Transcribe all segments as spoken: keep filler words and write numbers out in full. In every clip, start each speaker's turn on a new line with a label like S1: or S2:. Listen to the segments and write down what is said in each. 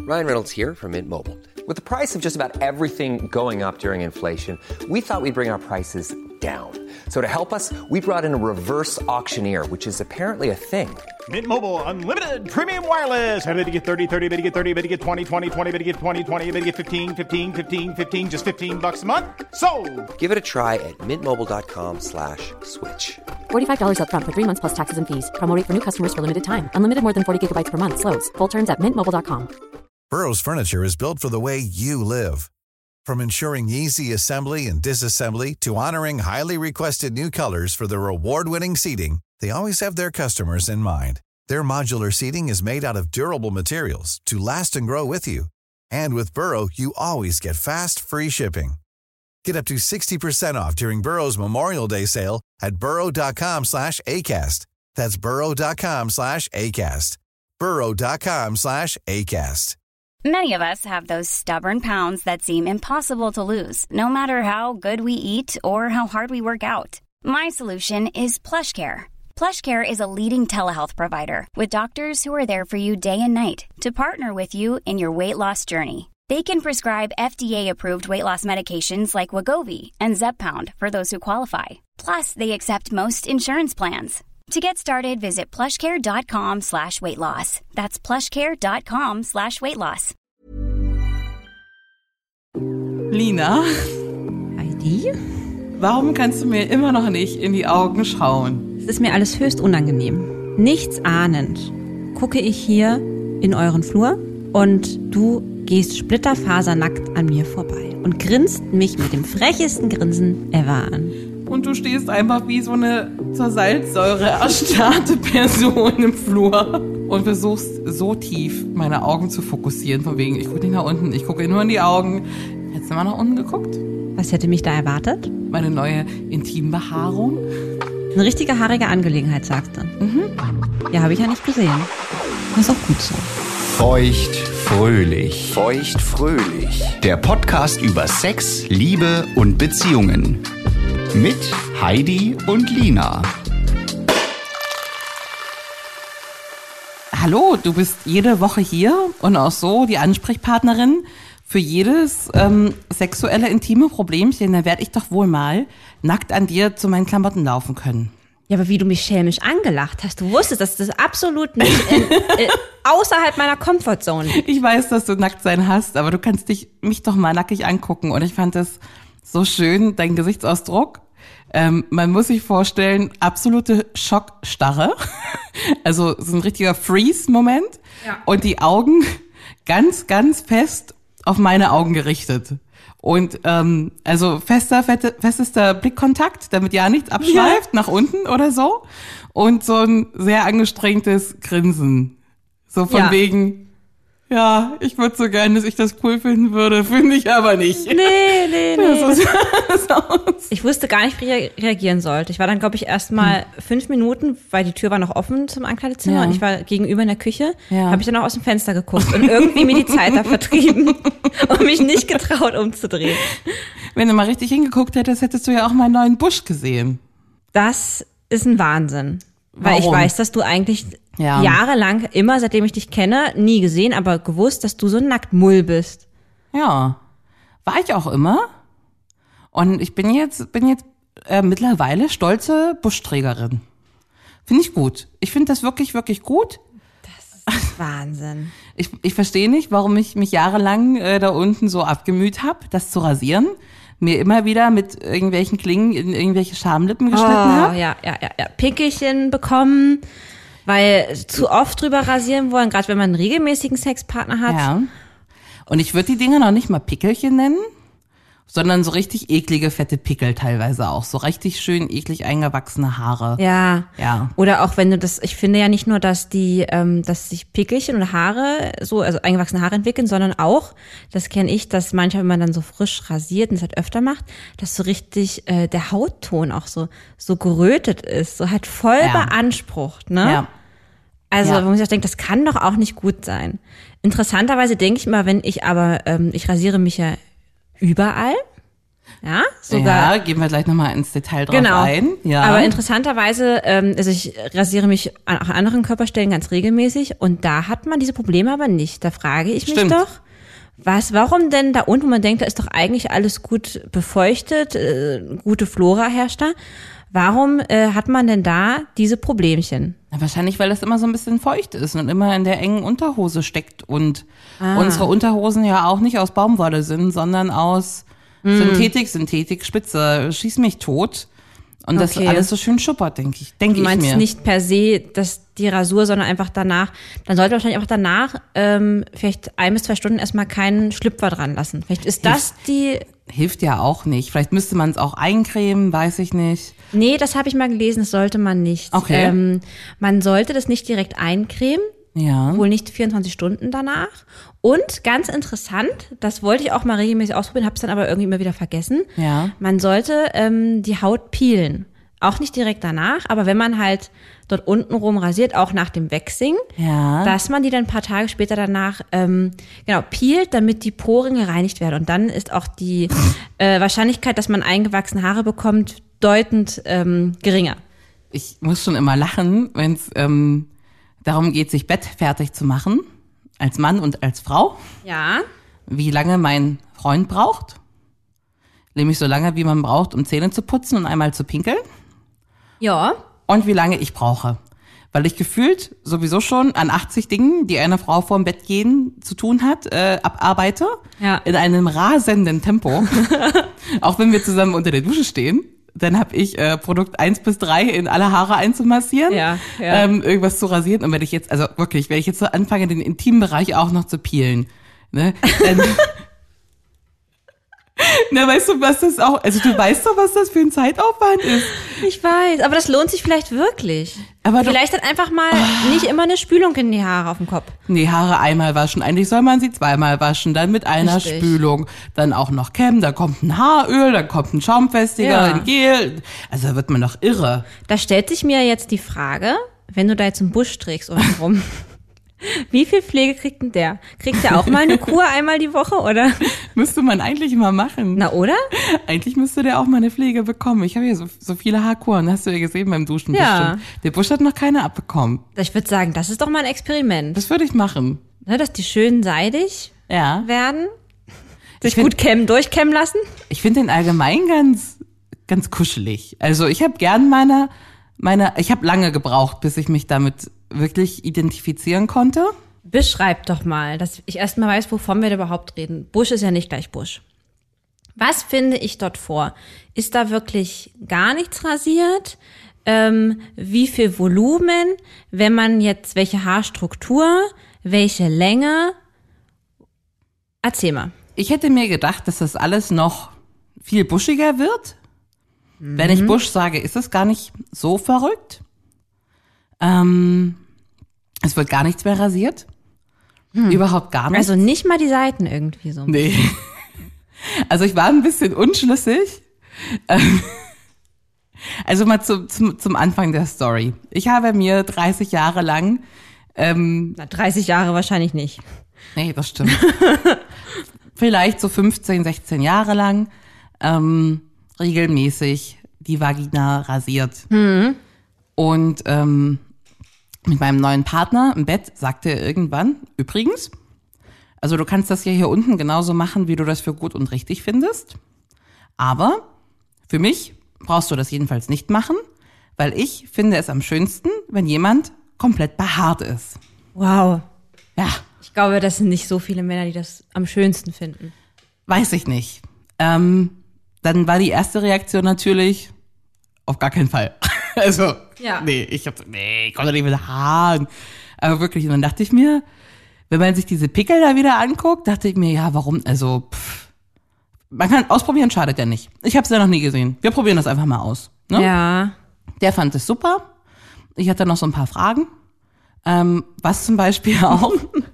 S1: Ryan Reynolds here from Mint Mobile. With the price of just about everything going up during inflation, we thought we'd bring our prices down. So to help us, we brought in a reverse auctioneer, which is apparently a thing.
S2: Mint Mobile Unlimited Premium Wireless. How to get thirty, thirty, how to get thirty, how to get twenty, twenty, twenty, how to get twenty, twenty, how to get fifteen, fifteen, fifteen, fifteen, just fifteen bucks a month? Sold!
S1: Give it a try at mintmobile.com slash switch.
S3: forty-five dollars up front for three months plus taxes and fees. Promo rate for new customers for limited time. Unlimited more than forty gigabytes per month. Slows full terms at mint mobile dot com.
S4: Burrow's furniture is built for the way you live. From ensuring easy assembly and disassembly to honoring highly requested new colors for their award-winning seating, they always have their customers in mind. Their modular seating is made out of durable materials to last and grow with you. And with Burrow, you always get fast, free shipping. Get up to sixty percent off during Burrow's Memorial Day sale at burrow.com slash ACAST. That's burrow.com slash ACAST. burrow.com slash ACAST.
S5: Many of us have those stubborn pounds that seem impossible to lose, no matter how good we eat or how hard we work out. My solution is PlushCare. PlushCare is a leading telehealth provider with doctors who are there for you day and night to partner with you in your weight loss journey. They can prescribe F D A-approved weight loss medications like Wegovy and Zepbound for those who qualify. Plus, they accept most insurance plans. To get started, visit plushcare.com slash weight loss. That's plushcare.com slash weight loss.
S6: Lina,
S7: Heidi?
S6: warum kannst du mir immer noch nicht in die Augen schauen?
S7: Es ist mir alles höchst unangenehm. Nichts ahnend gucke ich hier in euren Flur und du gehst splitterfasernackt an mir vorbei und grinst mich mit dem frechesten Grinsen ever an.
S6: Und du stehst einfach wie so eine zur Salzsäure erstarrte Person im Flur und versuchst so tief meine Augen zu fokussieren, von wegen, ich gucke nicht nach unten, ich gucke nur in die Augen. Hättest du mal nach unten geguckt?
S7: Was hätte mich da erwartet?
S6: Meine neue Intimbehaarung.
S7: Eine richtige haarige Angelegenheit, sagst du. Mhm. Ja, habe ich ja nicht gesehen. Das ist auch gut so.
S8: Feuchtfröhlich. Feuchtfröhlich. Der Podcast über Sex, Liebe und Beziehungen. Mit Heidi und Lina.
S6: Hallo, du bist jede Woche hier und auch so die Ansprechpartnerin für jedes ähm, sexuelle, intime Problemchen. Da werde ich doch wohl mal nackt an dir zu meinen Klamotten laufen können.
S7: Ja, aber wie du mich schelmisch angelacht hast. Du wusstest, dass das absolut nicht in, äh, außerhalb meiner Comfortzone liegt.
S6: Ich weiß, dass du nackt sein hast, aber du kannst dich mich doch mal nackig angucken. Und ich fand es so schön, dein Gesichtsausdruck. Ähm, man muss sich vorstellen, absolute Schockstarre. Also so ein richtiger Freeze-Moment. Ja. Und die Augen ganz, ganz fest auf meine Augen gerichtet. Und ähm, also fester, fette, festester Blickkontakt, damit ja nichts abschweift, ja, nach unten oder so. Und so ein sehr angestrengtes Grinsen. So von ja. wegen, ja, ich würde so gerne, dass ich das cool finden würde, finde ich aber nicht.
S7: Nee, nee, nee.
S6: So sah das aus.
S7: Ich wusste gar nicht, wie ich reagieren sollte. Ich war dann, glaube ich, erst mal hm. fünf Minuten, weil die Tür war noch offen zum Ankleidezimmer ja. und ich war gegenüber in der Küche, ja. habe ich dann auch aus dem Fenster geguckt und irgendwie mir die Zeit da vertrieben und mich nicht getraut umzudrehen.
S6: Wenn du mal richtig hingeguckt hättest, hättest du ja auch meinen neuen Busch gesehen.
S7: Das ist ein Wahnsinn. Weil
S6: Warum?
S7: Ich weiß, dass du eigentlich ja. jahrelang, immer seitdem ich dich kenne, nie gesehen, aber gewusst, dass du so ein Nacktmull bist.
S6: Ja, war ich auch immer. Und ich bin jetzt bin jetzt äh, mittlerweile stolze Buschträgerin. Finde ich gut. Ich finde das wirklich, wirklich gut.
S7: Das ist Wahnsinn.
S6: Ich, ich verstehe nicht, warum ich mich jahrelang äh, da unten so abgemüht habe, das zu rasieren. Mir immer wieder mit irgendwelchen Klingen in irgendwelche Schamlippen geschnitten
S7: oh,
S6: habe.
S7: Ja, ja, ja, ja. Pickelchen bekommen, weil zu oft drüber rasieren wollen, gerade wenn man einen regelmäßigen Sexpartner hat.
S6: Ja. Und ich würde die Dinger noch nicht mal Pickelchen nennen, sondern so richtig eklige, fette Pickel teilweise auch. So richtig schön eklig eingewachsene Haare.
S7: Ja.
S6: Ja.
S7: Oder auch wenn du das, ich finde ja nicht nur, dass die, ähm, dass sich Pickelchen und Haare, so, also eingewachsene Haare entwickeln, sondern auch, das kenne ich, dass manchmal, wenn man dann so frisch rasiert und es halt öfter macht, dass so richtig äh, der Hautton auch so, so gerötet ist, so halt voll ja. beansprucht, ne?
S6: Ja.
S7: Also,
S6: ja.
S7: wo man sich auch denkt, das kann doch auch nicht gut sein. Interessanterweise denke ich immer, wenn ich aber, ähm, ich rasiere mich ja überall. Ja, sogar.
S6: Ja, gehen wir gleich nochmal ins Detail drauf
S7: Genau.
S6: ein. Ja.
S7: Aber interessanterweise, ähm, also ich rasiere mich an auch an anderen Körperstellen ganz regelmäßig und da hat man diese Probleme aber nicht. Da frage ich mich
S6: Stimmt.
S7: doch, was, warum denn da unten, wo man denkt, da ist doch eigentlich alles gut befeuchtet, äh, gute Flora herrscht da. Warum äh, hat man denn da diese Problemchen?
S6: Ja, wahrscheinlich, weil das immer so ein bisschen feucht ist und immer in der engen Unterhose steckt und ah. unsere Unterhosen ja auch nicht aus Baumwolle sind, sondern aus mm. Synthetik, Synthetik, Spitze, schieß mich tot. Und das
S7: Okay.
S6: alles so schön schuppert, denke ich. Denke
S7: Du
S6: ich
S7: meinst
S6: mir.
S7: nicht per se, dass die Rasur, sondern einfach danach, dann sollte man wahrscheinlich auch danach ähm, vielleicht ein bis zwei Stunden erstmal keinen Schlüpfer dran lassen. Vielleicht ist das die,
S6: Hilft ja auch nicht. Vielleicht müsste man es auch eincremen, weiß ich nicht.
S7: nee, das habe ich mal gelesen, das sollte man nicht.
S6: Okay.
S7: Ähm, man sollte das nicht direkt eincremen,
S6: Ja.
S7: wohl nicht vierundzwanzig Stunden danach. Und ganz interessant, das wollte ich auch mal regelmäßig ausprobieren, habe es dann aber irgendwie immer wieder vergessen.
S6: Ja.
S7: Man sollte ähm, die Haut peelen. Auch nicht direkt danach, aber wenn man halt dort unten rum rasiert, auch nach dem Waxing,
S6: Ja.
S7: dass man die dann ein paar Tage später danach ähm, genau peelt, damit die Poren gereinigt werden. Und dann ist auch die äh, Wahrscheinlichkeit, dass man eingewachsene Haare bekommt, deutend ähm, geringer.
S6: Ich muss schon immer lachen, wenn es ähm, darum geht, sich Bett fertig zu machen, als Mann und als Frau.
S7: Ja.
S6: Wie lange mein Freund braucht. Nämlich so lange, wie man braucht, um Zähne zu putzen und einmal zu pinkeln.
S7: Ja.
S6: Und wie lange ich brauche. Weil ich gefühlt sowieso schon an achtzig Dingen, die eine Frau vorm Bett gehen zu tun hat, äh, abarbeite.
S7: Ja.
S6: In einem rasenden Tempo. Auch wenn wir zusammen unter der Dusche stehen. Dann habe ich äh, Produkt eins bis drei in alle Haare einzumassieren,
S7: Ja, ja.
S6: Ähm, irgendwas zu rasieren. Und wenn ich jetzt, also wirklich, wenn ich jetzt so anfange, den intimen Bereich auch noch zu peelen, ne, dann na, weißt du, was das auch, also du weißt doch, was das für ein Zeitaufwand ist.
S7: Ich weiß, aber das lohnt sich vielleicht wirklich.
S6: Aber du-
S7: vielleicht dann einfach mal nicht immer eine Spülung in die Haare auf dem Kopf.
S6: Nee, Haare einmal waschen. Eigentlich soll man sie zweimal waschen, dann mit einer
S7: Richtig.
S6: Spülung, dann auch noch Kämmen, dann kommt ein Haaröl, dann kommt ein Schaumfestiger,
S7: Ja.
S6: ein Gel. Also da wird man doch irre.
S7: Da stellt sich mir jetzt die Frage, wenn du da jetzt einen Busch trägst untenrum, wie viel Pflege kriegt denn der? Kriegt der auch mal eine Kur einmal die Woche, oder?
S6: Müsste man eigentlich mal machen.
S7: Na, oder?
S6: Eigentlich müsste der auch mal eine Pflege bekommen. Ich habe ja so, so viele Haarkuren, hast du ja gesehen beim Duschen
S7: Ja.
S6: bestimmt. Der Busch hat noch keine abbekommen.
S7: Ich würde sagen, das ist doch mal ein Experiment.
S6: Das würde ich machen.
S7: Ne, dass die schön seidig
S6: Ja.
S7: werden, sich
S6: find-
S7: gut kämmen, durchkämmen lassen.
S6: Ich finde den allgemein ganz, ganz kuschelig. Also ich habe gern meine, meine, ich habe lange gebraucht, bis ich mich damit wirklich identifizieren konnte.
S7: Beschreib doch mal, dass ich erstmal weiß, wovon wir da überhaupt reden. Busch ist ja nicht gleich Busch. Was finde ich dort vor? Ist da wirklich gar nichts rasiert? Ähm, wie viel Volumen? Wenn man jetzt, welche Haarstruktur? Welche Länge? Erzähl mal.
S6: Ich hätte mir gedacht, dass das alles noch viel buschiger wird. Wenn ich Busch sage, ist es gar nicht so verrückt. Ähm, es wird gar nichts mehr rasiert. Überhaupt gar nichts.
S7: Also nicht mal die Seiten irgendwie so.
S6: Nee. Also ich war ein bisschen unschlüssig. Ähm, Also mal zu, zum, zum Anfang der Story. Ich habe mir dreißig Jahre lang, ähm,
S7: Na, dreißig Jahre wahrscheinlich nicht.
S6: nee, das stimmt, vielleicht so fünfzehn, sechzehn Jahre lang ähm, regelmäßig die Vagina rasiert. Und ähm, mit meinem neuen Partner im Bett sagte er irgendwann, übrigens, also du kannst das ja hier unten genauso machen, wie du das für gut und richtig findest. Aber für mich brauchst du das jedenfalls nicht machen, weil ich finde es am schönsten, wenn jemand komplett behaart ist.
S7: Wow.
S6: Ja,
S7: Ich glaube, das sind nicht so viele Männer, die das am schönsten finden.
S6: weiß ich nicht. Ähm, dann war die erste Reaktion natürlich, auf gar keinen Fall. Also,
S7: Ja.
S6: nee, ich hab, nee, ich konnte nicht mit Haaren. Aber wirklich, und dann dachte ich mir, wenn man sich diese Pickel da wieder anguckt, dachte ich mir, ja, warum, also, pff, man kann ausprobieren, schadet ja nicht. Ich habe es ja noch nie gesehen. Wir probieren das einfach mal aus. Ne?
S7: Ja.
S6: Der fand es super. Ich hatte noch so ein paar Fragen. Ähm, was zum Beispiel auch,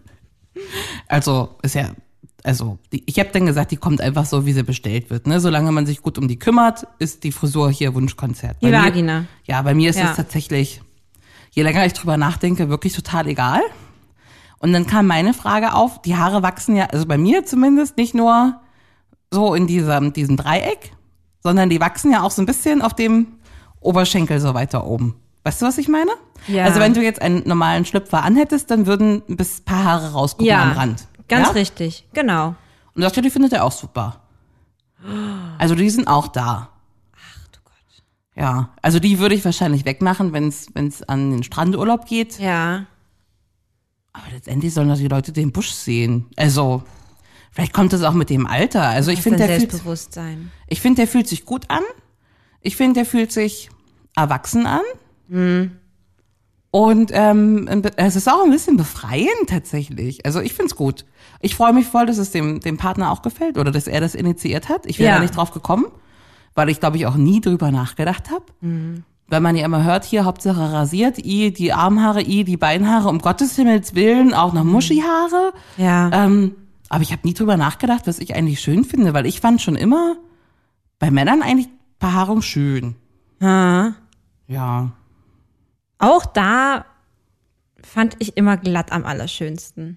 S6: also, ist ja, also, die, ich habe dann gesagt, die kommt einfach so, wie sie bestellt wird. Ne? Solange man sich gut um die kümmert, ist die Frisur hier Wunschkonzert.
S7: Die
S6: Bei mir-
S7: Vagina.
S6: Ja, bei mir ist
S7: Ja.
S6: es tatsächlich, je länger ich drüber nachdenke, wirklich total egal. Und dann kam meine Frage auf, die Haare wachsen ja, also bei mir zumindest, nicht nur so in diesem, diesem Dreieck, sondern die wachsen ja auch so ein bisschen auf dem Oberschenkel so weiter oben. Weißt du, was ich meine?
S7: Ja.
S6: Also wenn du jetzt einen normalen Schlüpfer anhättest, dann würden ein paar Haare rausgucken
S7: ja,
S6: am Rand.
S7: Ganz
S6: ja?
S7: richtig, genau.
S6: Und das die findet er auch super. Also die sind auch da.
S7: Ach du Gott.
S6: Ja, also die würde ich wahrscheinlich wegmachen, wenn es wenn es an den Strandurlaub geht.
S7: Ja.
S6: Aber letztendlich sollen doch die Leute den Busch sehen. Also vielleicht kommt das auch mit dem Alter. Also ich finde, der fühlt,
S7: Selbstbewusstsein.
S6: ich finde, der fühlt sich gut an. Ich finde, der fühlt sich erwachsen an.
S7: Mhm.
S6: Und ähm, es ist auch ein bisschen befreiend tatsächlich. Also ich find's gut. Ich freue mich voll, dass es dem, dem Partner auch gefällt oder dass er das initiiert hat. Ich wäre
S7: Ja.
S6: da nicht drauf gekommen, weil ich, glaube ich, auch nie drüber nachgedacht habe. Mhm. Weil man ja immer hört, hier Hauptsache rasiert, i die Armhaare, i die Beinhaare, um Gottes Himmels Willen, auch noch Muschihaare.
S7: Ja.
S6: Ähm, aber ich habe nie drüber nachgedacht, was ich eigentlich schön finde, weil ich fand schon immer bei Männern eigentlich Behaarung schön.
S7: Ha.
S6: Ja.
S7: Auch da fand ich immer glatt am allerschönsten.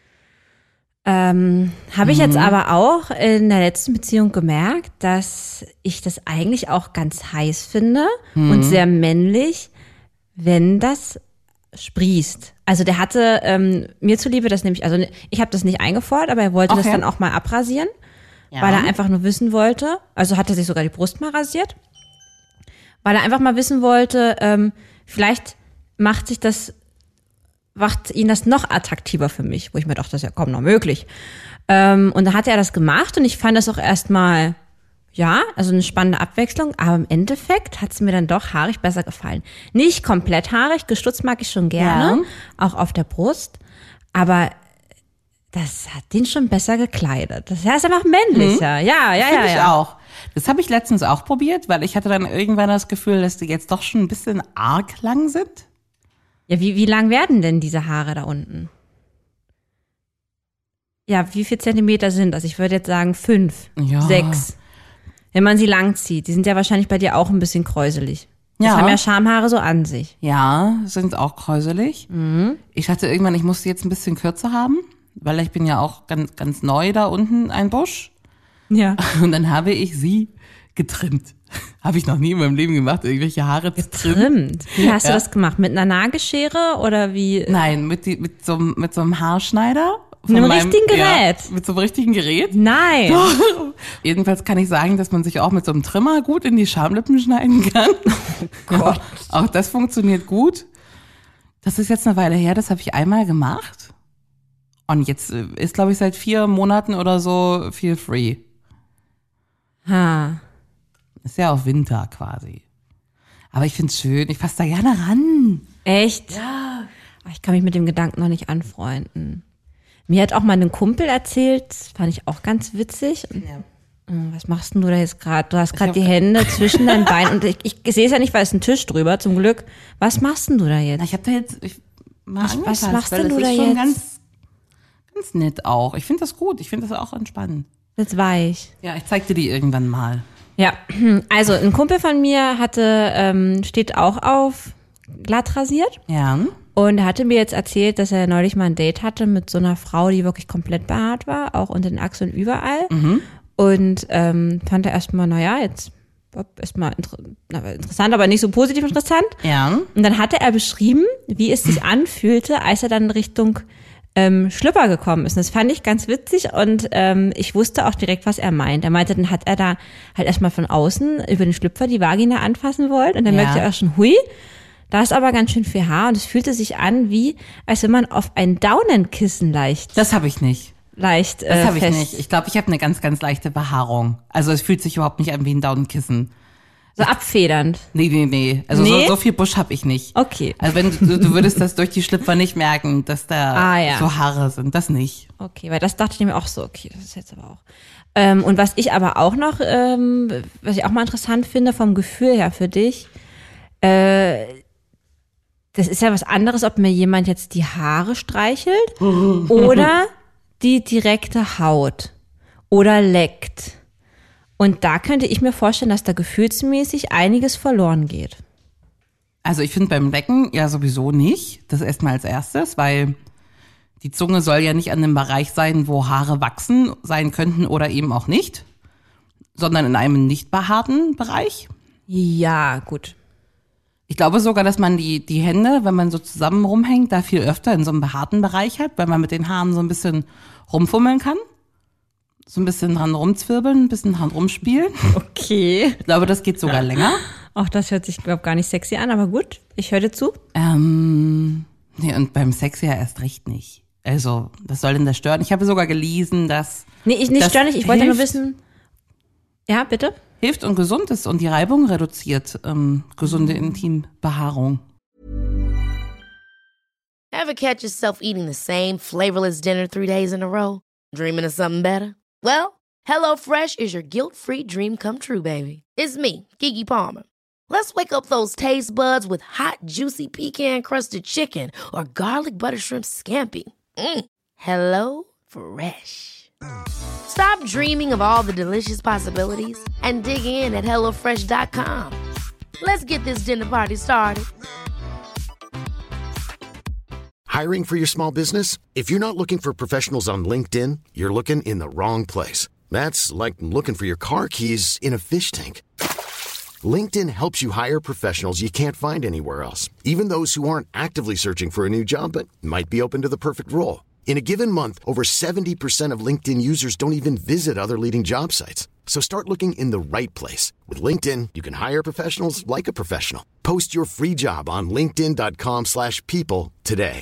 S7: Ähm, habe ich
S6: Mhm.
S7: jetzt aber auch in der letzten Beziehung gemerkt, dass ich das eigentlich auch ganz heiß finde
S6: Mhm.
S7: und sehr männlich, wenn das sprießt. Also der hatte ähm, mir zuliebe das nämlich, also ich habe das nicht eingefordert, aber er wollte
S6: Okay.
S7: das dann auch mal abrasieren,
S6: Ja.
S7: weil er einfach nur wissen wollte, also hat er sich sogar die Brust mal rasiert, weil er einfach mal wissen wollte, ähm, vielleicht macht sich das, macht ihn das noch attraktiver für mich, wo ich mir dachte, das ist ja kaum noch möglich. Ähm, und da hat er das gemacht und ich fand das auch erstmal, ja, also eine spannende Abwechslung, aber im Endeffekt hat es mir dann doch haarig besser gefallen. Nicht komplett haarig, gestutzt mag ich schon gerne,
S6: Ja.
S7: auch auf der Brust, aber das hat ihn schon besser gekleidet. Das ist einfach männlicher, ja, ja, ja,
S6: Finde ich
S7: ja.
S6: auch. Das habe ich letztens auch probiert, weil ich hatte dann irgendwann das Gefühl, dass die jetzt doch schon ein bisschen arg lang sind.
S7: Ja, wie, wie lang werden denn diese Haare da unten? Ja, wie viel Zentimeter sind das? Ich würde jetzt sagen fünf,
S6: Ja.
S7: sechs. Wenn man sie lang zieht. Die sind ja wahrscheinlich bei dir auch ein bisschen kräuselig. Das
S6: Ja.
S7: haben ja Schamhaare so an sich.
S6: Ja, sind auch kräuselig.
S7: Mhm.
S6: Ich hatte irgendwann, ich musste jetzt ein bisschen kürzer haben, weil ich bin ja auch ganz, ganz neu da unten, ein Busch.
S7: Ja.
S6: Und dann habe ich sie getrimmt. Habe ich noch nie in meinem Leben gemacht, irgendwelche Haare zu trimmen.
S7: Trimmt. Wie hast
S6: Ja.
S7: du das gemacht? Mit einer Nagelschere oder wie?
S6: Nein, mit, die, mit, so, einem- mit so einem Haarschneider.
S7: Mit einem richtigen Gerät?
S6: Ja, mit so einem richtigen Gerät.
S7: Nein.
S6: Jedenfalls kann ich sagen, dass man sich auch mit so einem Trimmer gut in die Schamlippen schneiden kann.
S7: Oh Gott.
S6: Ja, auch das funktioniert gut. Das ist jetzt eine Weile her, das habe ich einmal gemacht. Und jetzt äh, ist, glaube ich, seit vier Monaten oder so feel free.
S7: Ha.
S6: Ist ja auch Winter quasi. Aber ich find's schön, ich fasse da gerne ran.
S7: Echt? Ja. Ich kann mich mit dem Gedanken noch nicht anfreunden. Mir hat auch mal ein Kumpel erzählt, das fand ich auch ganz witzig. Und, äh, was machst denn du da jetzt gerade? Du hast gerade
S6: hab-
S7: die Hände zwischen deinen Beinen und ich, ich sehe es ja nicht, weil es ist ein Tisch drüber, zum Glück. Was machst denn du da
S6: Na,
S7: jetzt?
S6: ich habe da jetzt ich, mal
S7: Was- was
S6: angefasst,
S7: machst
S6: weil
S7: denn
S6: das
S7: du
S6: ist
S7: da
S6: schon
S7: jetzt?
S6: ganz, ganz nett auch. Ich finde das gut, ich finde das auch entspannend.
S7: Jetzt weich.
S6: Ja, ich zeig dir die irgendwann mal.
S7: Ja, also ein Kumpel von mir hatte, ähm, steht auch auf glatt rasiert.
S6: Ja.
S7: Und er hatte mir jetzt erzählt, dass er neulich mal ein Date hatte mit so einer Frau, die wirklich komplett behaart war, auch unter den Achseln überall. Und ähm, fand er erstmal, naja, jetzt erstmal inter na, interessant, aber nicht so positiv interessant.
S6: Ja.
S7: Und dann hatte er beschrieben, wie es sich anfühlte, als er dann Richtung ähm, Schlüpper gekommen ist. Und das fand ich ganz witzig und ähm, ich wusste auch direkt, was er meint. Er meinte, dann hat er da halt erstmal von außen über den Schlüpfer die Vagina anfassen wollen und dann
S6: Ja.
S7: merkte er auch schon, hui, da ist aber ganz schön viel Haar und es fühlte sich an, wie als wenn man auf ein Daunenkissen leicht,
S6: Das habe ich nicht.
S7: leicht
S6: Das
S7: äh,
S6: habe ich
S7: fest.
S6: nicht. Ich glaube, ich habe eine ganz, ganz leichte Behaarung. Also es fühlt sich überhaupt nicht an wie ein Daunenkissen.
S7: So abfedernd.
S6: Nee, nee, nee. Also
S7: Nee?
S6: So, so viel Busch habe ich nicht.
S7: Okay.
S6: Also wenn du, du würdest das durch die Schlüpfer nicht merken, dass da
S7: Ah, ja.
S6: so Haare sind. Das nicht.
S7: Okay, weil das dachte ich mir auch so, okay, das ist jetzt aber auch. Ähm, und was ich aber auch noch, ähm, was ich auch mal interessant finde vom Gefühl her für dich, äh, das ist ja was anderes, ob mir jemand jetzt die Haare streichelt oder die direkte Haut oder leckt. Und da könnte ich mir vorstellen, dass da gefühlsmäßig einiges verloren geht.
S6: Also ich finde beim Lecken ja sowieso nicht. Das erstmal als erstes, weil die Zunge soll ja nicht an dem Bereich sein, wo Haare wachsen sein könnten oder eben auch nicht. sondern in einem nicht behaarten Bereich.
S7: Ja, gut.
S6: Ich glaube sogar, dass man die, die Hände, wenn man so zusammen rumhängt, da viel öfter in so einem behaarten Bereich hat, weil man mit den Haaren so ein bisschen rumfummeln kann. So ein bisschen dran rumzwirbeln, ein bisschen dran rumspielen.
S7: Okay.
S6: Ich glaube, das geht sogar länger.
S7: Auch das hört sich, glaube ich, gar nicht sexy an, aber gut, ich höre dir zu.
S6: Ähm, nee, und beim Sex ja erst recht nicht. Also, was soll denn das stören? Ich habe sogar gelesen, dass
S7: Nee, ich nicht
S6: das
S7: störe nicht, ich wollte nur
S6: hilft-
S7: wissen. Ja, bitte?
S6: hilft und gesund ist und die Reibung reduziert, ähm, gesunde Intimbehaarung.
S9: Ever catch yourself eating the same flavorless dinner three days in a row? Dreaming of something better? Well, HelloFresh is your guilt-free dream come true, baby. It's me, Keke Palmer. Let's wake up those taste buds with hot, juicy pecan-crusted chicken or garlic butter shrimp scampi. Mm. Hello Fresh. Stop dreaming of all the delicious possibilities and dig in at hello fresh dot com. Let's get this dinner party started.
S10: Hiring for your small business? If you're not looking for professionals on LinkedIn, you're looking in the wrong place. That's like looking for your car keys in a fish tank. LinkedIn helps you hire professionals you can't find anywhere else, even those who aren't actively searching for a new job but might be open to the perfect role. In a given month, over seventy percent of LinkedIn users don't even visit other leading job sites. So start looking in the right place. With LinkedIn, you can hire professionals like a professional. Post your free job on linkedin dot com slash people today.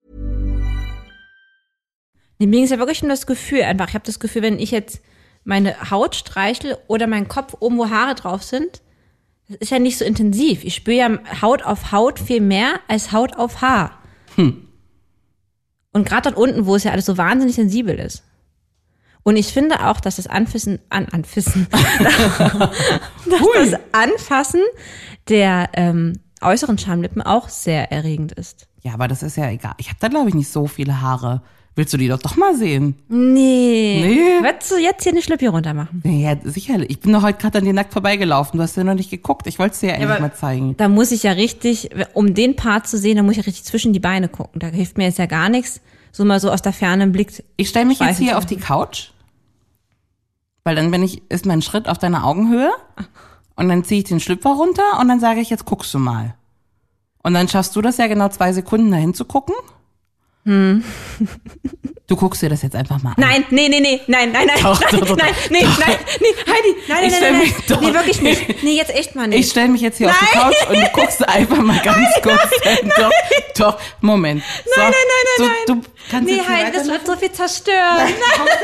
S7: Nee, mir ging es ja wirklich um das Gefühl einfach. Ich habe das Gefühl, wenn ich jetzt meine Haut streichle oder meinen Kopf oben, wo Haare drauf sind, das ist ja nicht so intensiv. Ich spüre ja Haut auf Haut viel mehr als Haut auf Haar.
S6: Hm.
S7: Und gerade dort unten, wo es ja alles so wahnsinnig sensibel ist. Und ich finde auch, dass das Anfassen, an, Anfassen, dass das Anfassen der ähm, äußeren Schamlippen auch sehr erregend ist.
S6: Ja, aber das ist ja egal. Ich habe da, glaube ich, nicht so viele Haare. Willst du die doch doch mal sehen?
S7: Nee.
S6: Nee.
S7: Würdest du jetzt hier eine Schlüppi runter machen?
S6: Ja, sicherlich. Ich bin doch heute gerade an dir nackt vorbeigelaufen. Du hast ja noch nicht geguckt. Ich wollte es dir ja eigentlich
S7: aber
S6: mal zeigen.
S7: Da muss ich ja richtig, um den Part zu sehen, da muss ich ja richtig zwischen die Beine gucken. Da hilft mir jetzt ja gar nichts, so mal so aus der Ferne einen Blick.
S6: Ich stelle mich jetzt
S7: schweifen
S6: hier
S7: zu
S6: auf die Couch, weil dann bin ich, ist mein Schritt auf deiner Augenhöhe und dann ziehe ich den Schlüpfer runter und dann sage ich, jetzt guckst du mal. Und dann schaffst du das ja genau zwei Sekunden dahin zu gucken.
S7: Hm.
S6: Du guckst dir das jetzt einfach mal an.
S7: Nein, nee, nee, nee, nein, nein, nein,
S6: Doch,
S7: nein,
S6: doch, doch,
S7: nein,
S6: doch.
S7: nee,
S6: Doch.
S7: nein, nee, Heidi, nein,
S6: Ich
S7: nein,
S6: stell
S7: nein,
S6: mich
S7: nein,
S6: doch-
S7: nee, wirklich nicht. Nee, jetzt echt mal nicht.
S6: Ich stelle mich jetzt hier auf die
S7: Nein.
S6: Couch und du guckst einfach mal ganz kurz. Doch, doch, Moment. So,
S7: Nein, nein, nein,
S6: so,
S7: nein, nein.
S6: Du kannst
S7: Nee,
S6: jetzt hier
S7: Heidi, das
S6: weitermachen?
S7: wird so viel zerstören. Nein.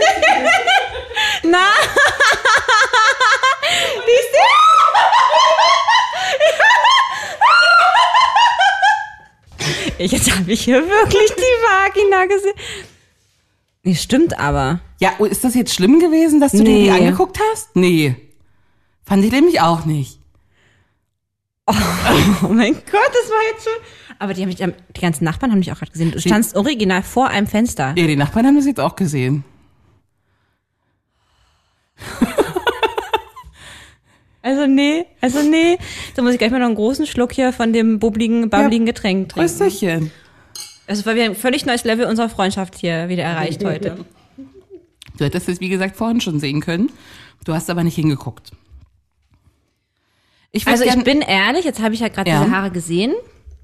S7: Na? Siehst du? Ich, jetzt habe ich hier wirklich die Vagina gesehen. Nee, stimmt aber.
S6: Ja, ist das jetzt schlimm gewesen, dass du dir
S7: Nee.
S6: die angeguckt hast? Nee. Fand ich nämlich auch nicht.
S7: Oh mein Gott, das war jetzt schon. Aber die, haben mich, die ganzen Nachbarn haben mich auch gerade gesehen. Du standst original vor einem Fenster.
S6: Ja, die Nachbarn haben das jetzt auch gesehen.
S7: Also nee, also nee. Da muss ich gleich mal noch einen großen Schluck hier von dem bubbligen, babbligen Getränk trinken.
S6: Prösterchen.
S7: Also weil wir ein völlig neues Level unserer Freundschaft hier wieder erreicht heute.
S6: Du hättest es, wie gesagt, vorhin schon sehen können. Du hast aber nicht hingeguckt. Ich würd
S7: Also ich
S6: gern-
S7: bin ehrlich, jetzt habe ich ja gerade
S6: Ja.
S7: diese Haare gesehen.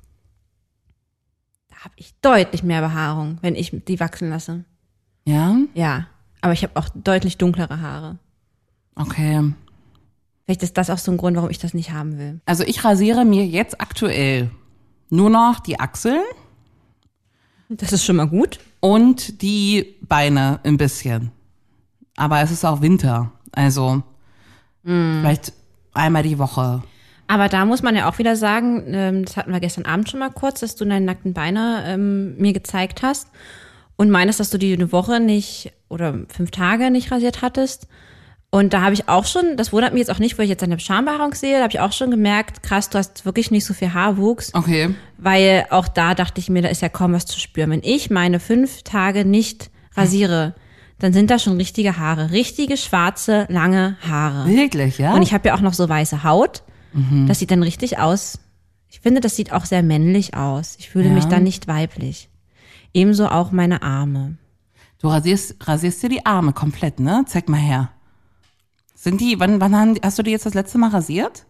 S7: Da habe ich deutlich mehr Behaarung, wenn ich die wachsen lasse.
S6: Ja?
S7: Ja, aber ich habe auch deutlich dunklere Haare.
S6: Okay.
S7: Vielleicht ist das auch so ein Grund, warum ich das nicht haben will.
S6: Also ich rasiere mir jetzt aktuell nur noch die Achseln
S7: Das ist schon mal gut.
S6: und die Beine ein bisschen. Aber es ist auch Winter. Also vielleicht einmal die Woche.
S7: Aber da muss man ja auch wieder sagen, ähm, das hatten wir gestern Abend schon mal kurz, dass du deine nackten Beine ähm, mir gezeigt hast und meinst, dass du die eine Woche nicht oder fünf Tage nicht rasiert hattest. Und da habe ich auch schon, das wundert mich jetzt auch nicht, wo ich jetzt deine Schambehaarung sehe, da habe ich auch schon gemerkt, krass, du hast wirklich nicht so viel Haarwuchs.
S6: Okay.
S7: Weil auch da dachte ich mir, da ist ja kaum was zu spüren. Wenn ich meine fünf Tage nicht rasiere, dann sind da schon richtige Haare. Richtige, schwarze, lange Haare.
S6: Wirklich, ja?
S7: Und ich habe ja auch noch so weiße Haut. Das sieht dann richtig aus. Ich finde, das sieht auch sehr männlich aus. Ich fühle
S6: Ja.
S7: mich dann nicht weiblich. Ebenso auch meine Arme.
S6: Du rasierst, rasierst dir die Arme komplett, ne? Zeig mal her. Sind die, wann, wann haben, hast du die jetzt das letzte Mal rasiert?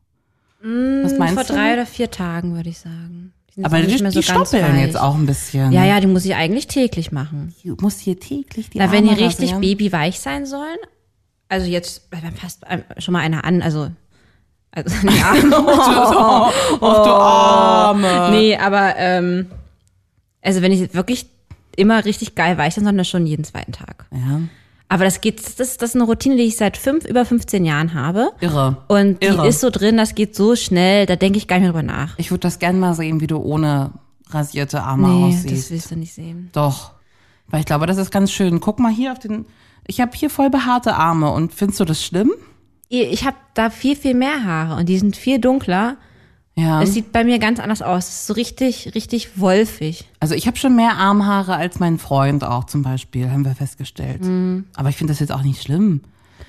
S6: Was meinst
S7: Vor
S6: du?
S7: drei oder vier Tagen, würde ich sagen. Die
S6: Aber die,
S7: nicht
S6: die
S7: so ganz
S6: stoppeln
S7: weich.
S6: jetzt auch ein bisschen.
S7: Ja, ja, die muss ich eigentlich täglich machen.
S6: Du musst hier täglich die
S7: Na,
S6: Arme
S7: wenn die richtig
S6: rasieren.
S7: babyweich sein sollen, also jetzt, wir haben fast schon mal einer an, also, also ja.
S6: oh, oh, du Arme.
S7: Nee, aber, ähm, also wenn ich wirklich immer richtig geil weich sein soll, dann schon jeden zweiten Tag.
S6: Ja.
S7: Aber das geht, das, das ist eine Routine, die ich seit fünf, über fünfzehn Jahren habe.
S6: Irre.
S7: Und die
S6: Irre.
S7: ist so drin, das geht so schnell, da denke ich gar nicht mehr drüber nach.
S6: Ich würde das gerne mal sehen, wie du ohne rasierte Arme
S7: Nee,
S6: aussiehst.
S7: das willst du nicht sehen.
S6: Doch. Weil ich glaube, das ist ganz schön. Guck mal hier auf den, ich habe hier voll behaarte Arme und findest du das schlimm?
S7: Ich habe da viel, viel mehr Haare und die sind viel dunkler.
S6: Ja.
S7: Es sieht bei mir ganz anders aus. Es ist so richtig, richtig wolfig.
S6: Also ich habe schon mehr Armhaare als mein Freund auch zum Beispiel, haben wir festgestellt.
S7: Mhm.
S6: Aber ich finde das jetzt auch nicht schlimm.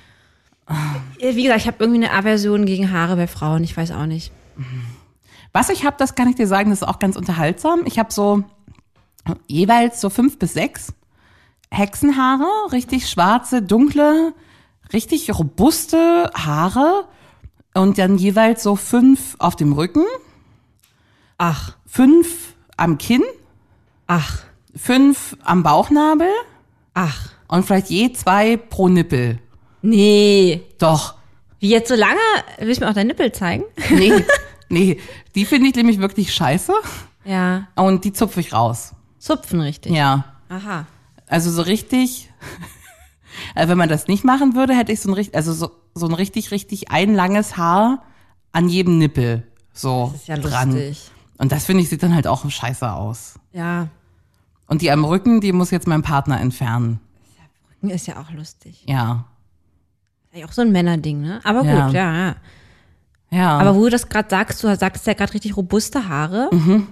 S7: Wie gesagt, ich habe irgendwie eine Aversion gegen Haare bei Frauen. Ich weiß auch nicht.
S6: Was ich habe, das kann ich dir sagen, das ist auch ganz unterhaltsam. Ich habe so jeweils so fünf bis sechs Hexenhaare, richtig schwarze, dunkle, richtig robuste Haare. Und dann jeweils so fünf auf dem Rücken.
S7: Ach.
S6: Fünf am Kinn.
S7: Ach.
S6: Fünf am Bauchnabel.
S7: Ach.
S6: Und vielleicht je zwei pro Nippel.
S7: Nee.
S6: Doch.
S7: Wie jetzt so lange? Willst du mir auch deinen Nippel zeigen?
S6: Nee, nee. Die finde ich nämlich wirklich scheiße.
S7: Ja.
S6: Und die zupfe ich raus.
S7: Zupfen richtig.
S6: Ja.
S7: Aha.
S6: Also so richtig, also wenn man das nicht machen würde, hätte ich so ein richtig, also so, so ein richtig, richtig ein langes Haar an jedem Nippel. So
S7: Das ist ja
S6: dran.
S7: lustig.
S6: Und das finde ich sieht dann halt auch scheiße aus.
S7: Ja.
S6: Und die am Rücken, die muss jetzt mein Partner entfernen.
S7: Ist ja auch lustig.
S6: Ja.
S7: Ist ja auch so ein Männerding, ne? Aber gut,
S6: Ja.
S7: ja, ja.
S6: Ja.
S7: Aber wo du das gerade sagst, du sagst ja gerade richtig robuste Haare.
S6: Mhm.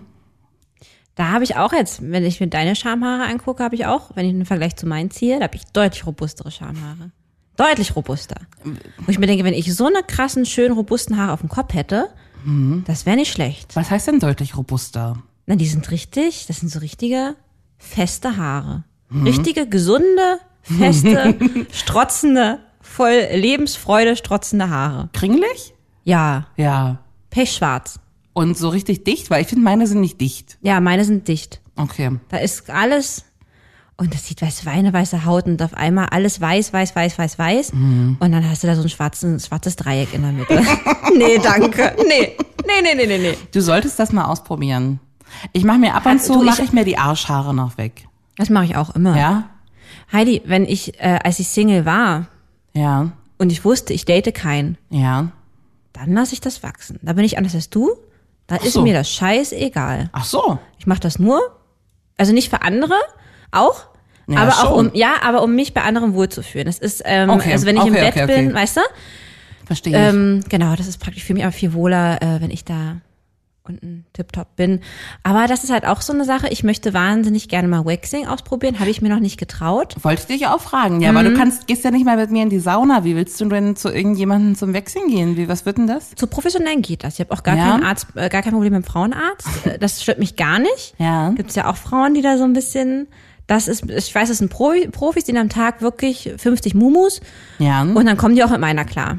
S7: Da habe ich auch jetzt, wenn ich mir deine Schamhaare angucke, habe ich auch, wenn ich einen Vergleich zu meinen ziehe, da habe ich deutlich robustere Schamhaare. Deutlich robuster. Wo ich mir denke, wenn ich so eine krassen, schönen, robusten Haare auf dem Kopf hätte,
S6: Mhm.
S7: das wäre nicht schlecht.
S6: Was heißt denn deutlich robuster?
S7: Na, die sind richtig, das sind so richtige, feste Haare.
S6: Mhm.
S7: Richtige, gesunde, feste, strotzende, voll Lebensfreude strotzende Haare.
S6: Kringelig?
S7: Ja,
S6: Ja.
S7: pechschwarz.
S6: Und so richtig dicht? Weil ich finde, meine sind nicht dicht.
S7: Ja, meine sind dicht.
S6: Okay.
S7: Da ist alles, und das sieht weiß wie eine weiße Haut und auf einmal alles weiß, weiß, weiß, weiß, weiß.
S6: Mhm.
S7: Und dann hast du da so ein schwarzes, schwarzes Dreieck in der Mitte. Nee, danke. Nee, nee, nee, nee, nee, nee.
S6: Du solltest das mal ausprobieren. Ich mache mir ab und
S7: Hat-
S6: zu,
S7: du, ich-
S6: mache ich mir die Arschhaare noch weg.
S7: Das mache ich auch immer.
S6: Ja?
S7: Heidi, wenn ich, äh, als ich Single war
S6: Ja.
S7: und ich wusste, ich date keinen,
S6: Ja.
S7: dann lasse ich das wachsen. Da bin ich anders als du. Da
S6: Ach
S7: ist
S6: so.
S7: mir das scheißegal.
S6: Ach so.
S7: Ich mache das nur, also nicht für andere, auch,
S6: Ja,
S7: aber auch
S6: schon.
S7: um, ja, aber um mich bei anderen wohlzufühlen. Das ist, ähm,
S6: Okay,
S7: also wenn ich im
S6: okay,
S7: Bett
S6: okay, okay.
S7: bin, weißt du?
S6: Verstehe ich.
S7: Ähm, genau, das ist praktisch für mich aber viel wohler, äh, wenn ich da unten tipptopp bin. Aber das ist halt auch so eine Sache. Ich möchte wahnsinnig gerne mal Waxing ausprobieren. Habe ich mir noch nicht getraut.
S6: Wollte ich dich auch fragen. Ja,
S7: Mhm.
S6: aber du kannst, gehst ja nicht mal mit mir in die Sauna. Wie willst du denn zu irgendjemandem zum Waxing gehen? Wie, was wird denn das?
S7: Zu professionellen geht das. Ich habe auch gar
S6: Ja?
S7: keinen Arzt, äh, gar kein Problem mit dem Frauenarzt. Äh, Das stört mich gar nicht.
S6: Ja.
S7: Gibt's ja auch Frauen, die da so ein bisschen, das ist, ich weiß, das sind Profi, Profis, die am Tag wirklich fünfzig Mumus
S6: Ja.
S7: und dann kommen die auch mit meiner klar.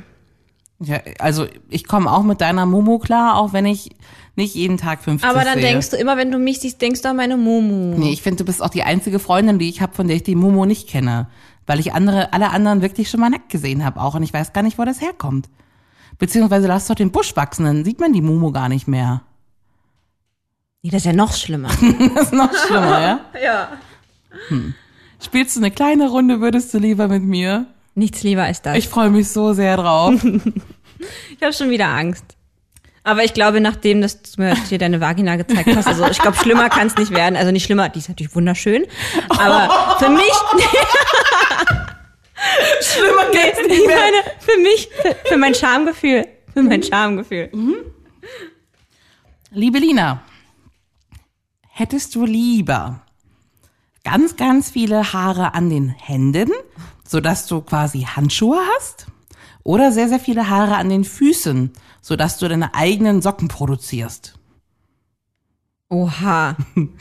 S6: ja also ich komme auch mit deiner Mumu klar, auch wenn ich nicht jeden Tag fünfzig
S7: Aber dann
S6: sehe.
S7: denkst du immer, wenn du mich siehst, denkst du an meine Mumu.
S6: Nee, ich finde, du bist auch die einzige Freundin, die ich habe, von der ich die Mumu nicht kenne. Weil ich andere, alle anderen wirklich schon mal nackt gesehen habe auch. Und ich weiß gar nicht, wo das herkommt. Beziehungsweise lass doch den Busch wachsen, dann sieht man die Mumu gar nicht mehr.
S7: Nee, das ist ja noch schlimmer.
S6: Das ist noch schlimmer, ja?
S7: Ja.
S6: Hm. Spielst du eine kleine Runde, würdest du lieber mit mir?
S7: Nichts lieber als das.
S6: Ich freue mich so sehr drauf.
S7: Ich habe schon wieder Angst. Aber ich glaube, nachdem dass du mir hier deine Vagina gezeigt hast, also ich glaube, schlimmer kann es nicht werden. Also nicht schlimmer, die ist natürlich wunderschön. Aber für mich,
S6: Schlimmer geht's
S7: ich
S6: nicht mehr.
S7: meine, für mich, für, für mein Schamgefühl, für mein Schamgefühl.
S6: Liebe Lina, hättest du lieber ganz, ganz viele Haare an den Händen, sodass du quasi Handschuhe hast? Oder sehr, sehr viele Haare an den Füßen, sodass du deine eigenen Socken produzierst?
S7: Oha.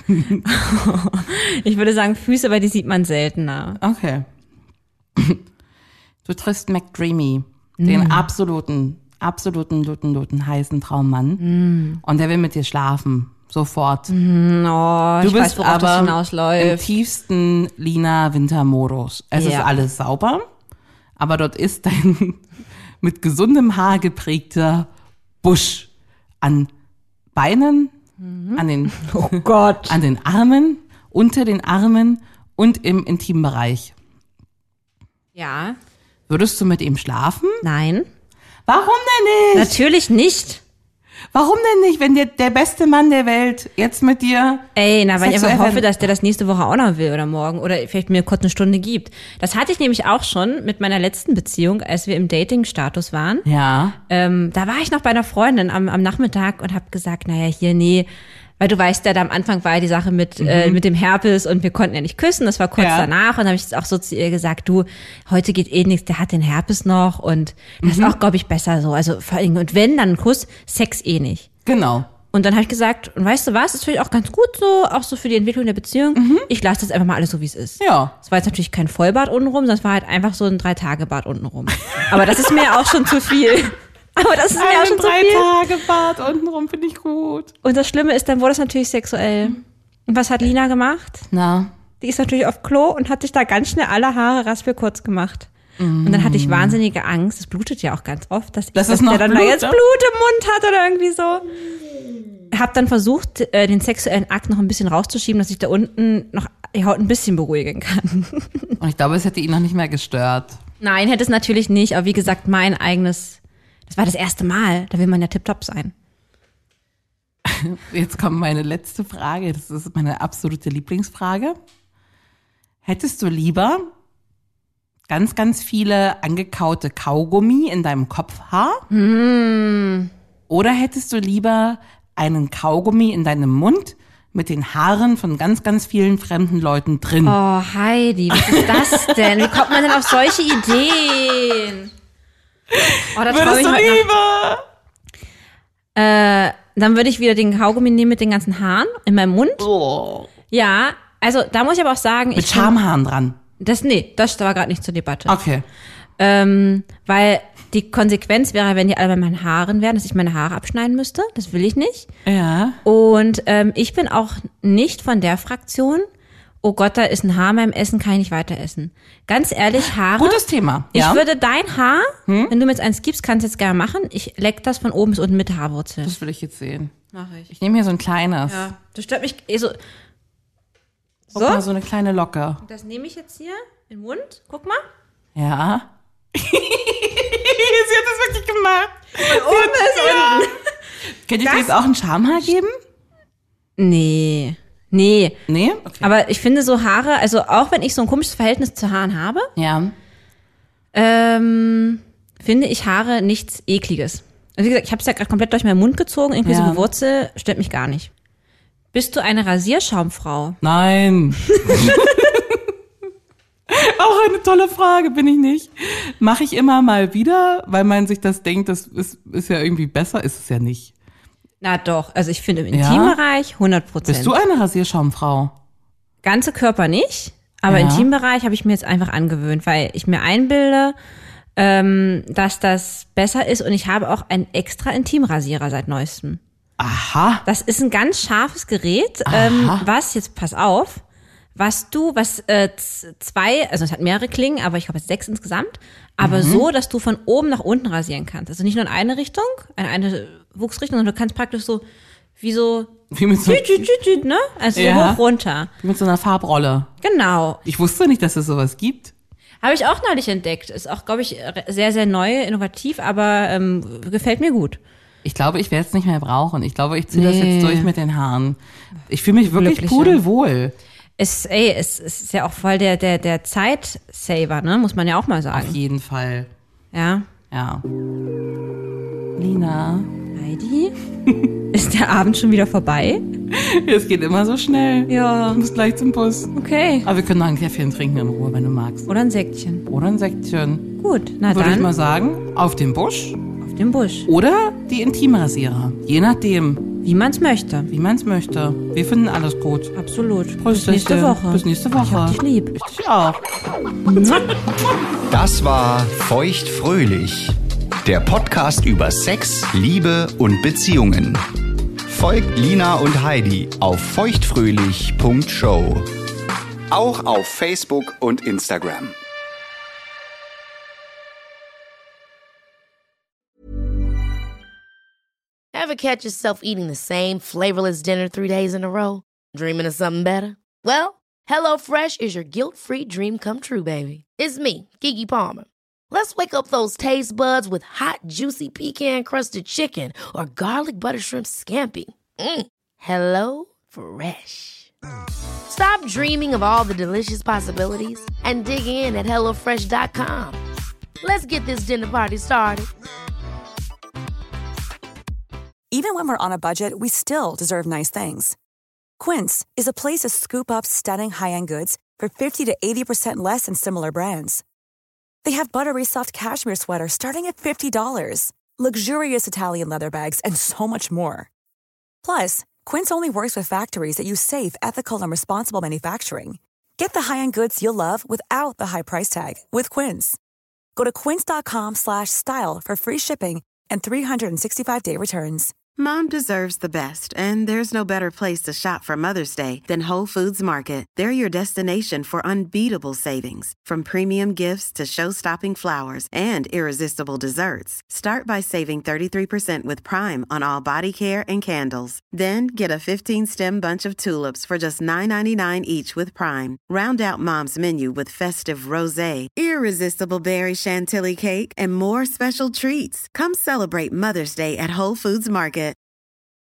S7: Ich würde sagen Füße, weil die sieht man seltener.
S6: Okay. Du triffst McDreamy. Den
S7: Mm.
S6: absoluten, absoluten, luten, luten heißen Traummann.
S7: Mm.
S6: Und der will mit dir schlafen. Sofort.
S7: Mm, oh,
S6: du
S7: ich
S6: bist
S7: weiß, worauf
S6: aber
S7: das
S6: im
S7: hinausläuft.
S6: tiefsten Lina-Winter-Modus. Es
S7: Ja.
S6: ist alles sauber, aber dort ist dein mit gesundem Haar geprägter Busch an Beinen, an den,
S7: Oh Gott.
S6: an den Armen, unter den Armen und im Intimbereich.
S7: Ja.
S6: Würdest du mit ihm schlafen?
S7: Nein.
S6: Warum denn nicht?
S7: Natürlich nicht.
S6: Warum denn nicht, wenn dir der beste Mann der Welt jetzt mit dir...
S7: Ey, na, weil ich
S6: sexuell
S7: einfach hoffe,
S6: werden-
S7: dass der das nächste Woche auch noch will oder morgen oder vielleicht mir kurz eine Stunde gibt. Das hatte ich nämlich auch schon mit meiner letzten Beziehung, als wir im Dating-Status waren.
S6: Ja.
S7: Ähm, da war ich noch bei einer Freundin am, am Nachmittag und habe gesagt, naja, hier, nee, weil du weißt ja, da am Anfang war ja die Sache mit, mhm. äh, mit dem Herpes und wir konnten ja nicht küssen, das war kurz
S6: Ja.
S7: danach und habe ich auch so zu ihr gesagt, du, heute geht eh nichts, der hat den Herpes noch und das
S6: Mhm.
S7: ist auch, glaube ich, besser so. Also vor allem, und wenn, dann ein Kuss, Sex eh nicht.
S6: Genau.
S7: Und dann habe ich gesagt, und weißt du was, ist vielleicht auch ganz gut so, auch so für die Entwicklung der Beziehung. Ich lasse das einfach mal alles so, wie es ist.
S6: Ja.
S7: Es war jetzt natürlich kein Vollbad untenrum, sondern es war halt einfach so ein Drei-Tage-Bad untenrum. Aber das ist mir auch schon zu viel. Aber das ist mir auch
S6: Ein
S7: schon zu
S6: drei
S7: viel.
S6: Tage Bad untenrum finde ich gut.
S7: Und das Schlimme ist, dann wurde es natürlich sexuell. Und was hat Lina gemacht?
S6: Na,
S7: Die ist natürlich auf Klo und hat sich da ganz schnell alle Haare raspelkurz gemacht. Und dann hatte ich wahnsinnige Angst, es blutet ja auch ganz oft, dass, ich,
S6: Dass
S7: dass
S6: es noch
S7: der dann da
S6: Blut,
S7: jetzt
S6: ja?
S7: Blut im Mund hat oder irgendwie so. Hab dann versucht, äh, den sexuellen Akt noch ein bisschen rauszuschieben, dass ich da unten noch die Haut ein bisschen beruhigen kann.
S6: und ich glaube, es hätte ihn noch nicht mehr gestört.
S7: Nein, hätte es natürlich nicht, aber wie gesagt, mein eigenes, das war das erste Mal, da will man ja tipptopp sein.
S6: Jetzt kommt meine letzte Frage, das ist meine absolute Lieblingsfrage. Hättest du lieber ganz, ganz viele angekaute Kaugummi in deinem Kopfhaar?
S7: Mm.
S6: Oder hättest du lieber einen Kaugummi in deinem Mund mit den Haaren von ganz, ganz vielen fremden Leuten drin?
S7: Oh, Heidi, was ist das denn? Wie kommt man denn auf solche Ideen? Oh, da trau
S6: Würdest
S7: ich
S6: du
S7: heute noch.
S6: lieber?
S7: Äh, dann würde ich wieder den Kaugummi nehmen mit den ganzen Haaren in meinem Mund.
S6: Oh.
S7: Ja, also da muss ich aber auch sagen,
S6: Mit
S7: ich find-
S6: Schamhaaren dran.
S7: das nee, das war gerade nicht zur Debatte.
S6: Okay.
S7: Ähm, weil die Konsequenz wäre, wenn die alle bei meinen Haaren wären, dass ich meine Haare abschneiden müsste. Das will ich nicht.
S6: Ja.
S7: Und ähm, ich bin auch nicht von der Fraktion, oh Gott, da ist ein Haar in meinem Essen, kann ich nicht weiter essen. Ganz ehrlich, Haare.
S6: Gutes Thema.
S7: Ich
S6: Ja.
S7: würde dein Haar, wenn du mir jetzt eins gibst, kannst du jetzt gerne machen. Ich leck das von oben bis unten mit Haarwurzel.
S6: Das will ich jetzt sehen.
S7: Mache ich.
S6: Ich nehme hier so ein kleines.
S7: Ja, das stört mich eh so.
S6: Guck mal, so eine kleine Locke.
S7: Das nehme ich jetzt hier in den Mund. Guck mal.
S6: Ja. Sie hat das wirklich gemacht.
S7: Oben ist unten.
S6: Könnt ihr
S7: Das-
S6: dir jetzt auch ein Schamhaar geben?
S7: Nee. Nee.
S6: Nee? Okay.
S7: Aber ich finde so Haare, also auch wenn ich so ein komisches Verhältnis zu Haaren habe,
S6: Ja.
S7: ähm, finde ich Haare nichts Ekliges. Also wie gesagt, ich habe es ja gerade komplett durch meinen Mund gezogen, inklusive
S6: Ja.
S7: Wurzel, stört mich gar nicht. Bist du eine Rasierschaumfrau?
S6: Nein. Auch eine tolle Frage, bin ich nicht. Mache ich immer mal wieder, weil man sich das denkt, das ist, ist ja irgendwie besser, ist es ja nicht.
S7: Na doch, also ich finde im
S6: Ja?
S7: Intimbereich hundert Prozent.
S6: Bist du eine Rasierschaumfrau?
S7: Ganze Körper nicht, aber
S6: Ja.
S7: Intimbereich habe ich mir jetzt einfach angewöhnt, weil ich mir einbilde, ähm, dass das besser ist und ich habe auch einen extra Intimrasierer seit neuestem.
S6: Aha.
S7: Das ist ein ganz scharfes Gerät, ähm, was, jetzt pass auf, was du, was äh, z- zwei, also es hat mehrere Klingen, aber ich glaube jetzt sechs insgesamt, aber
S6: Mhm.
S7: so, dass du von oben nach unten rasieren kannst. Also nicht nur in eine Richtung, in eine Wuchsrichtung, sondern du kannst praktisch so, wie so,
S6: Wie mit so,
S7: tüt, tüt, tüt, tüt, ne? Also
S6: Ja.
S7: so hoch runter.
S6: wie mit so einer Farbrolle.
S7: Genau.
S6: Ich wusste nicht, dass es sowas gibt.
S7: Habe ich auch neulich entdeckt. Ist auch, glaube ich, sehr, sehr neu, innovativ, aber ähm, gefällt mir gut.
S6: Ich glaube, ich werde es nicht mehr brauchen. Ich glaube, ich ziehe das
S7: Nee.
S6: jetzt durch mit den Haaren. Ich fühle mich wirklich
S7: Glücklicher.
S6: pudelwohl.
S7: Es, ey, es, es ist ja auch voll der, der, der Zeitsaver, ne? Muss man ja auch mal
S6: Auf
S7: sagen.
S6: jeden Fall.
S7: Ja.
S6: Ja. Lina.
S7: Heidi? Ist der Abend schon wieder vorbei?
S6: Es geht immer so schnell.
S7: Ja.
S6: Du musst gleich zum Bus.
S7: Okay.
S6: Aber wir können noch ein Käffchen trinken in Ruhe, wenn du magst.
S7: Oder ein Säckchen.
S6: Oder ein Säckchen.
S7: Gut, na
S6: Würde ich
S7: dann
S6: mal sagen, auf den Busch
S7: auf den Busch.
S6: oder die Intimrasierer. Je nachdem,
S7: Wie man's möchte.
S6: wie man es möchte. Wir finden alles gut.
S7: Absolut. Bis
S6: Prösterchen.
S7: nächste Woche.
S6: Bis nächste Woche.
S7: Ich hab dich lieb.
S6: Ich dich auch.
S8: Das war Feuchtfröhlich, Der Podcast über Sex, Liebe und Beziehungen. Folgt Lina und Heidi auf feuchtfröhlich punkt show. Auch auf Facebook und Instagram.
S9: Ever catch yourself eating the same flavorless dinner three days in a row? Dreaming of something better? Well, HelloFresh is your guilt-free dream come true, baby. It's me, Keke Palmer. Let's wake up those taste buds with hot, juicy pecan-crusted chicken or garlic butter shrimp scampi. Mm. Hello Fresh. Stop dreaming of all the delicious possibilities and dig in at hello fresh dot com. Let's get this dinner party started.
S11: Even when we're on a budget, we still deserve nice things. Quince is a place to scoop up stunning high-end goods for fifty to eighty percent less than similar brands. They have buttery soft cashmere sweaters starting at fifty dollars, luxurious Italian leather bags, and so much more. Plus, Quince only works with factories that use safe, ethical, and responsible manufacturing. Get the high-end goods you'll love without the high price tag with Quince. Go to quince.com slash style for free shipping and three sixty-five day returns.
S12: Mom deserves the best, and there's no better place to shop for Mother's Day than Whole Foods Market. They're your destination for unbeatable savings, from premium gifts to show-stopping flowers and irresistible desserts. Start by saving thirty-three percent with Prime on all body care and candles. Then get a fifteen-stem bunch of tulips for just nine ninety-nine each with Prime. Round out Mom's menu with festive rosé, irresistible berry chantilly cake, and more special treats. Come celebrate Mother's Day at Whole Foods Market.